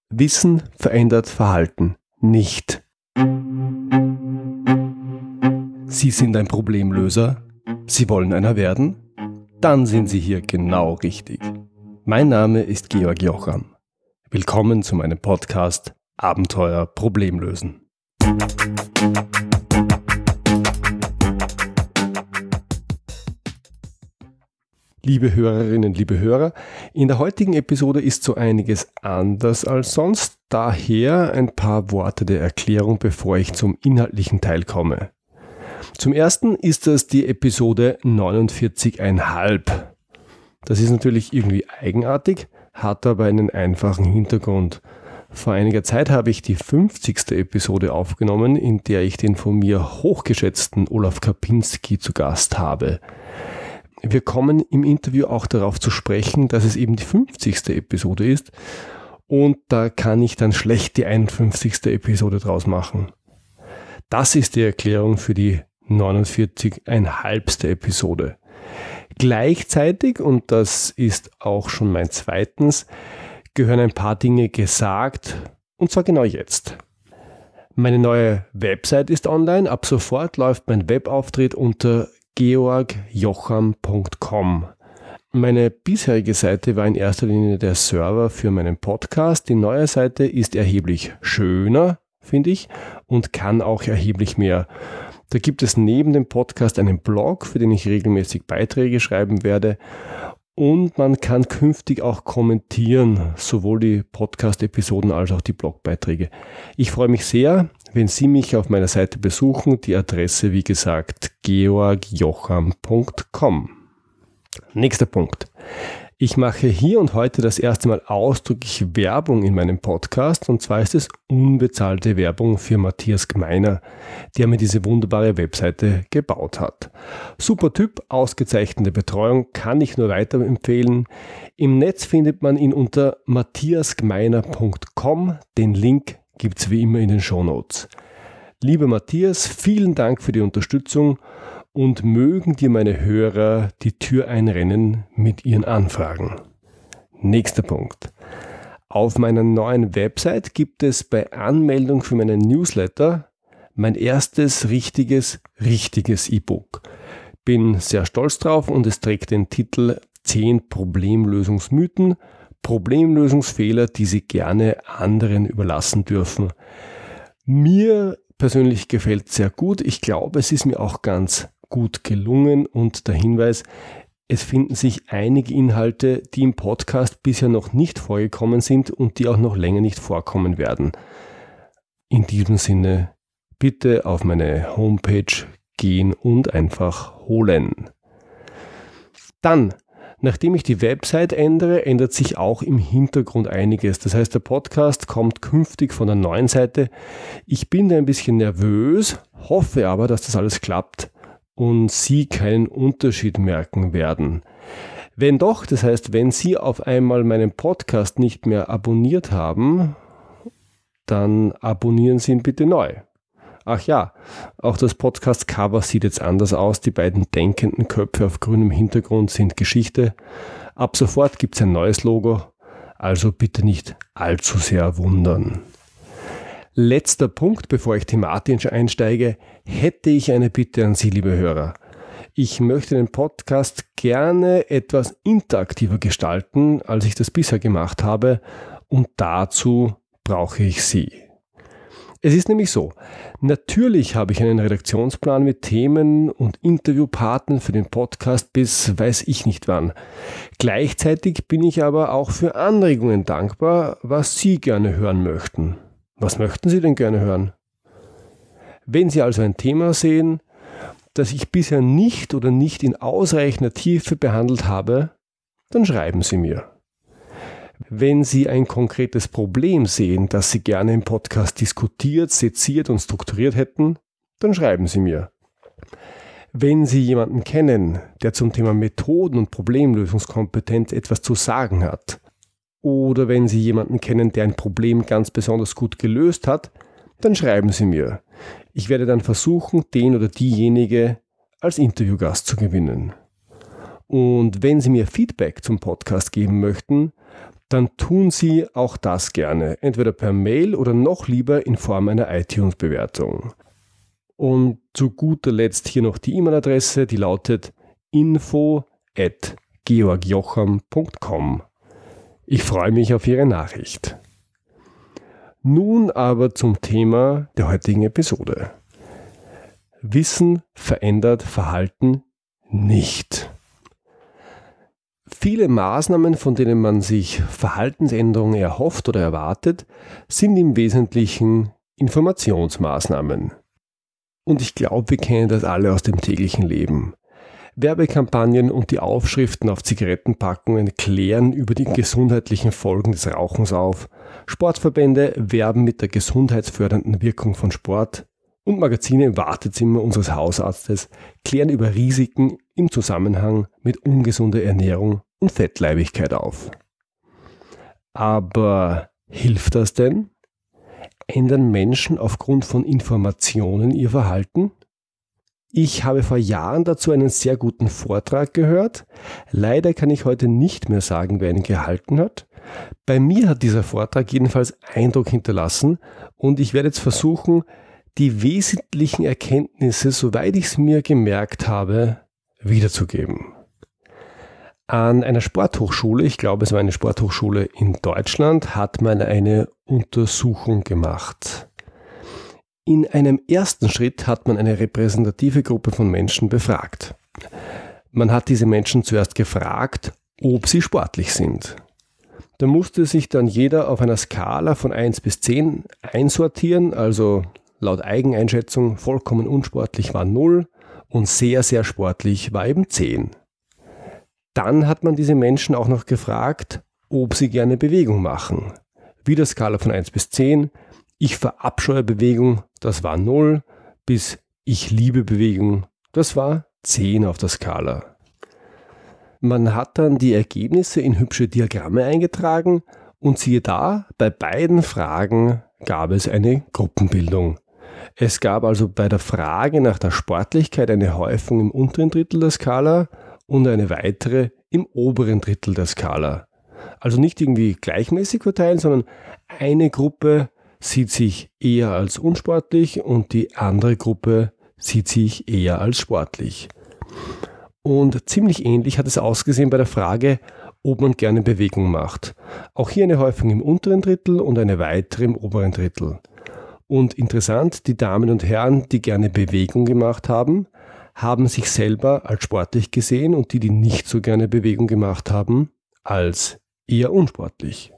Wissen verändert Verhalten nicht. Sie sind ein Problemlöser? Sie wollen einer werden? Dann sind Sie hier genau richtig. Mein Name ist Georg Jocham. Willkommen zu meinem Podcast Abenteuer Problemlösen. Liebe Hörerinnen, liebe Hörer, in der heutigen Episode ist so einiges anders als sonst, daher ein paar Worte der Erklärung, bevor ich zum inhaltlichen Teil komme. Zum ersten ist das die Episode 49,5. Das ist natürlich irgendwie eigenartig, hat aber einen einfachen Hintergrund. Vor einiger Zeit habe ich die 50. Episode aufgenommen, in der ich den von mir hochgeschätzten Olaf Kapinski zu Gast habe. Wir kommen im Interview auch darauf zu sprechen, dass es eben die 50. Episode ist und da kann ich dann schlecht die 51. Episode draus machen. Das ist die Erklärung für die 49,5. Episode. Gleichzeitig, und das ist auch schon mein zweitens, gehören ein paar Dinge gesagt, und zwar genau jetzt. Meine neue Website ist online, ab sofort läuft mein Webauftritt unter georgjocham.com. Meine bisherige Seite war in erster Linie der Server für meinen Podcast. Die neue Seite ist erheblich schöner, finde ich, und kann auch erheblich mehr. Da gibt es neben dem Podcast einen Blog, für den ich regelmäßig Beiträge schreiben werde. Und man kann künftig auch kommentieren, sowohl die Podcast-Episoden als auch die Blogbeiträge. Ich freue mich sehr, wenn Sie mich auf meiner Seite besuchen. Die Adresse, wie gesagt, georgjocham.com. Nächster Punkt. Ich mache hier und heute das erste Mal ausdrücklich Werbung in meinem Podcast, und zwar ist es unbezahlte Werbung für Matthias Gmeiner, der mir diese wunderbare Webseite gebaut hat. Super Typ, ausgezeichnete Betreuung, kann ich nur weiterempfehlen. Im Netz findet man ihn unter matthiasgmeiner.com. Den Link gibt es wie immer in den Shownotes. Lieber Matthias, vielen Dank für die Unterstützung. Und mögen dir meine Hörer die Tür einrennen mit ihren Anfragen. Nächster Punkt. Auf meiner neuen Website gibt es bei Anmeldung für meinen Newsletter mein erstes richtiges E-Book. Bin sehr stolz drauf und es trägt den Titel 10 Problemlösungsmythen, Problemlösungsfehler, die Sie gerne anderen überlassen dürfen. Mir persönlich gefällt es sehr gut. Ich glaube, es ist mir auch ganz gut gelungen, und der Hinweis, es finden sich einige Inhalte, die im Podcast bisher noch nicht vorgekommen sind und die auch noch länger nicht vorkommen werden. In diesem Sinne, bitte auf meine Homepage gehen und einfach holen. Dann, nachdem ich die Website ändere, ändert sich auch im Hintergrund einiges. Das heißt, der Podcast kommt künftig von der neuen Seite. Ich bin da ein bisschen nervös, hoffe aber, dass das alles klappt und Sie keinen Unterschied merken werden. Wenn doch, das heißt, wenn Sie auf einmal meinen Podcast nicht mehr abonniert haben, dann abonnieren Sie ihn bitte neu. Ach ja, auch das Podcast-Cover sieht jetzt anders aus. Die beiden denkenden Köpfe auf grünem Hintergrund sind Geschichte. Ab sofort gibt es ein neues Logo, also bitte nicht allzu sehr wundern. Letzter Punkt, bevor ich thematisch einsteige, hätte ich eine Bitte an Sie, liebe Hörer. Ich möchte den Podcast gerne etwas interaktiver gestalten, als ich das bisher gemacht habe, und dazu brauche ich Sie. Es ist nämlich so, natürlich habe ich einen Redaktionsplan mit Themen und Interviewpartnern für den Podcast bis weiß ich nicht wann. Gleichzeitig bin ich aber auch für Anregungen dankbar, was Sie gerne hören möchten. Was möchten Sie denn gerne hören? Wenn Sie also ein Thema sehen, das ich bisher nicht oder nicht in ausreichender Tiefe behandelt habe, dann schreiben Sie mir. Wenn Sie ein konkretes Problem sehen, das Sie gerne im Podcast diskutiert, seziert und strukturiert hätten, dann schreiben Sie mir. Wenn Sie jemanden kennen, der zum Thema Methoden und Problemlösungskompetenz etwas zu sagen hat, oder wenn Sie jemanden kennen, der ein Problem ganz besonders gut gelöst hat, dann schreiben Sie mir. Ich werde dann versuchen, den oder diejenige als Interviewgast zu gewinnen. Und wenn Sie mir Feedback zum Podcast geben möchten, dann tun Sie auch das gerne, entweder per Mail oder noch lieber in Form einer iTunes-Bewertung. Und zu guter Letzt hier noch die E-Mail-Adresse, die lautet info@georgjocham.com. Ich freue mich auf Ihre Nachricht. Nun aber zum Thema der heutigen Episode. Wissen verändert Verhalten nicht. Viele Maßnahmen, von denen man sich Verhaltensänderungen erhofft oder erwartet, sind im Wesentlichen Informationsmaßnahmen. Und ich glaube, wir kennen das alle aus dem täglichen Leben. Werbekampagnen und die Aufschriften auf Zigarettenpackungen klären über die gesundheitlichen Folgen des Rauchens auf. Sportverbände werben mit der gesundheitsfördernden Wirkung von Sport. Und Magazine im Wartezimmer unseres Hausarztes klären über Risiken im Zusammenhang mit ungesunder Ernährung und Fettleibigkeit auf. Aber hilft das denn? Ändern Menschen aufgrund von Informationen ihr Verhalten? Ich habe vor Jahren dazu einen sehr guten Vortrag gehört. Leider kann ich heute nicht mehr sagen, wer ihn gehalten hat. Bei mir hat dieser Vortrag jedenfalls Eindruck hinterlassen und ich werde jetzt versuchen, die wesentlichen Erkenntnisse, soweit ich es mir gemerkt habe, wiederzugeben. An einer Sporthochschule, ich glaube es war eine Sporthochschule in Deutschland, hat man eine Untersuchung gemacht. In einem ersten Schritt hat man eine repräsentative Gruppe von Menschen befragt. Man hat diese Menschen zuerst gefragt, ob sie sportlich sind. Da musste sich dann jeder auf einer Skala von 1 bis 10 einsortieren, also laut Eigeneinschätzung vollkommen unsportlich war 0 und sehr, sehr sportlich war eben 10. Dann hat man diese Menschen auch noch gefragt, ob sie gerne Bewegung machen. Wieder Skala von 1 bis 10. Ich verabscheue Bewegung, das war 0, bis ich liebe Bewegung, das war 10 auf der Skala. Man hat dann die Ergebnisse in hübsche Diagramme eingetragen und siehe da, bei beiden Fragen gab es eine Gruppenbildung. Es gab also bei der Frage nach der Sportlichkeit eine Häufung im unteren Drittel der Skala und eine weitere im oberen Drittel der Skala. Also nicht irgendwie gleichmäßig verteilen, sondern eine Gruppe sieht sich eher als unsportlich und die andere Gruppe sieht sich eher als sportlich. Und ziemlich ähnlich hat es ausgesehen bei der Frage, ob man gerne Bewegung macht. Auch hier eine Häufung im unteren Drittel und eine weitere im oberen Drittel. Und interessant, die Damen und Herren, die gerne Bewegung gemacht haben, haben sich selber als sportlich gesehen und die nicht so gerne Bewegung gemacht haben, als eher unsportlich.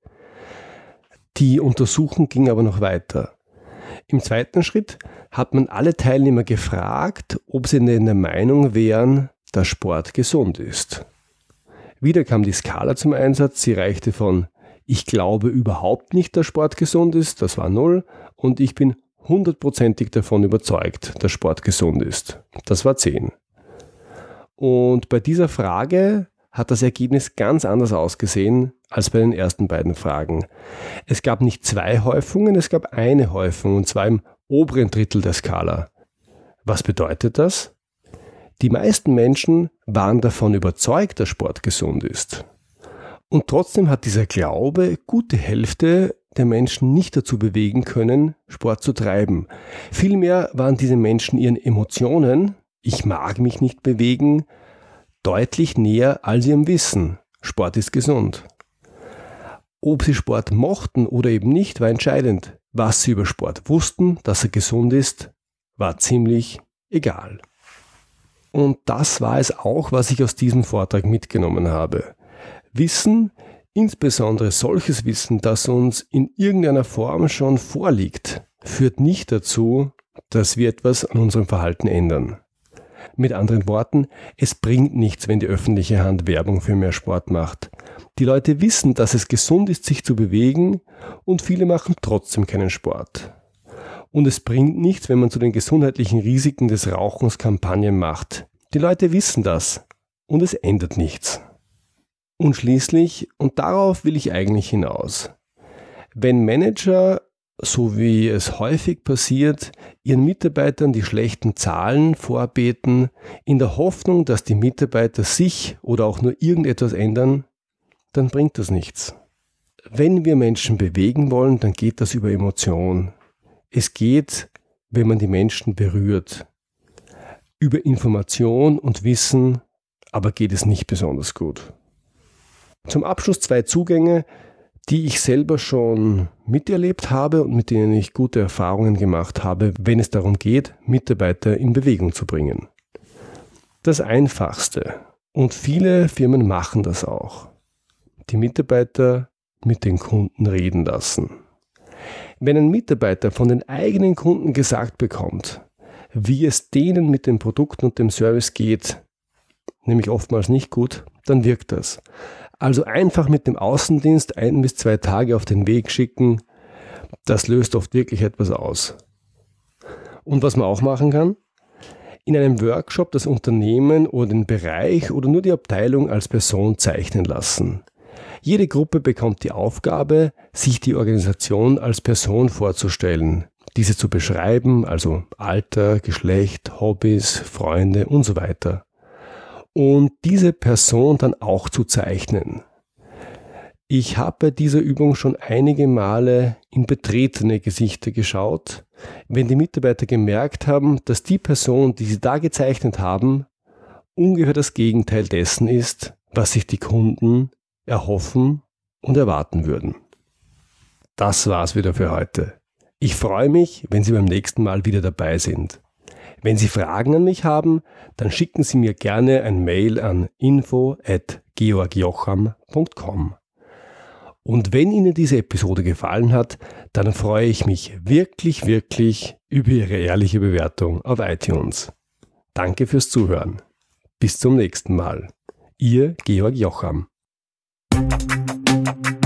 Die Untersuchung ging aber noch weiter. Im zweiten Schritt hat man alle Teilnehmer gefragt, ob sie denn der Meinung wären, dass Sport gesund ist. Wieder kam die Skala zum Einsatz, sie reichte von ich glaube überhaupt nicht, dass Sport gesund ist, das war 0, und ich bin 100%ig davon überzeugt, dass Sport gesund ist, das war 10. Und bei dieser Frage hat das Ergebnis ganz anders ausgesehen als bei den ersten beiden Fragen. Es gab nicht 2 Häufungen, es gab eine Häufung, und zwar im oberen Drittel der Skala. Was bedeutet das? Die meisten Menschen waren davon überzeugt, dass Sport gesund ist. Und trotzdem hat dieser Glaube gute Hälfte der Menschen nicht dazu bewegen können, Sport zu treiben. Vielmehr waren diese Menschen ihren Emotionen, ich mag mich nicht bewegen, deutlich näher als ihrem Wissen, Sport ist gesund. Ob sie Sport mochten oder eben nicht, war entscheidend. Was sie über Sport wussten, dass er gesund ist, war ziemlich egal. Und das war es auch, was ich aus diesem Vortrag mitgenommen habe. Wissen, insbesondere solches Wissen, das uns in irgendeiner Form schon vorliegt, führt nicht dazu, dass wir etwas an unserem Verhalten ändern. Mit anderen Worten, es bringt nichts, wenn die öffentliche Hand Werbung für mehr Sport macht. Die Leute wissen, dass es gesund ist, sich zu bewegen, und viele machen trotzdem keinen Sport. Und es bringt nichts, wenn man zu den gesundheitlichen Risiken des Rauchens Kampagnen macht. Die Leute wissen das und es ändert nichts. Und schließlich, und darauf will ich eigentlich hinaus, wenn Manager, so wie es häufig passiert, ihren Mitarbeitern die schlechten Zahlen vorbeten, in der Hoffnung, dass die Mitarbeiter sich oder auch nur irgendetwas ändern, dann bringt das nichts. wenn wir Menschen bewegen wollen, dann geht das über Emotion. Es geht, wenn man die Menschen berührt. Über Information und Wissen aber geht es nicht besonders gut. Zum Abschluss 2 Zugänge, die ich selber schon miterlebt habe und mit denen ich gute Erfahrungen gemacht habe, wenn es darum geht, Mitarbeiter in Bewegung zu bringen. Das Einfachste, und viele Firmen machen das auch, die Mitarbeiter mit den Kunden reden lassen. Wenn ein Mitarbeiter von den eigenen Kunden gesagt bekommt, wie es denen mit den Produkten und dem Service geht, nämlich oftmals nicht gut, dann wirkt das. Also einfach mit dem Außendienst 1 bis 2 Tage auf den Weg schicken, das löst oft wirklich etwas aus. Und was man auch machen kann, in einem Workshop das Unternehmen oder den Bereich oder nur die Abteilung als Person zeichnen lassen. Jede Gruppe bekommt die Aufgabe, sich die Organisation als Person vorzustellen, diese zu beschreiben, also Alter, Geschlecht, Hobbys, Freunde und so weiter. Und diese Person dann auch zu zeichnen. Ich habe bei dieser Übung schon einige Male in betretene Gesichter geschaut, wenn die Mitarbeiter gemerkt haben, dass die Person, die sie da gezeichnet haben, ungefähr das Gegenteil dessen ist, was sich die Kunden erhoffen und erwarten würden. Das war's wieder für heute. Ich freue mich, wenn Sie beim nächsten Mal wieder dabei sind. Wenn Sie Fragen an mich haben, dann schicken Sie mir gerne ein Mail an info@georgjocham.com. Und wenn Ihnen diese Episode gefallen hat, dann freue ich mich wirklich, wirklich über Ihre ehrliche Bewertung auf iTunes. Danke fürs Zuhören. Bis zum nächsten Mal. Ihr Georg Jocham.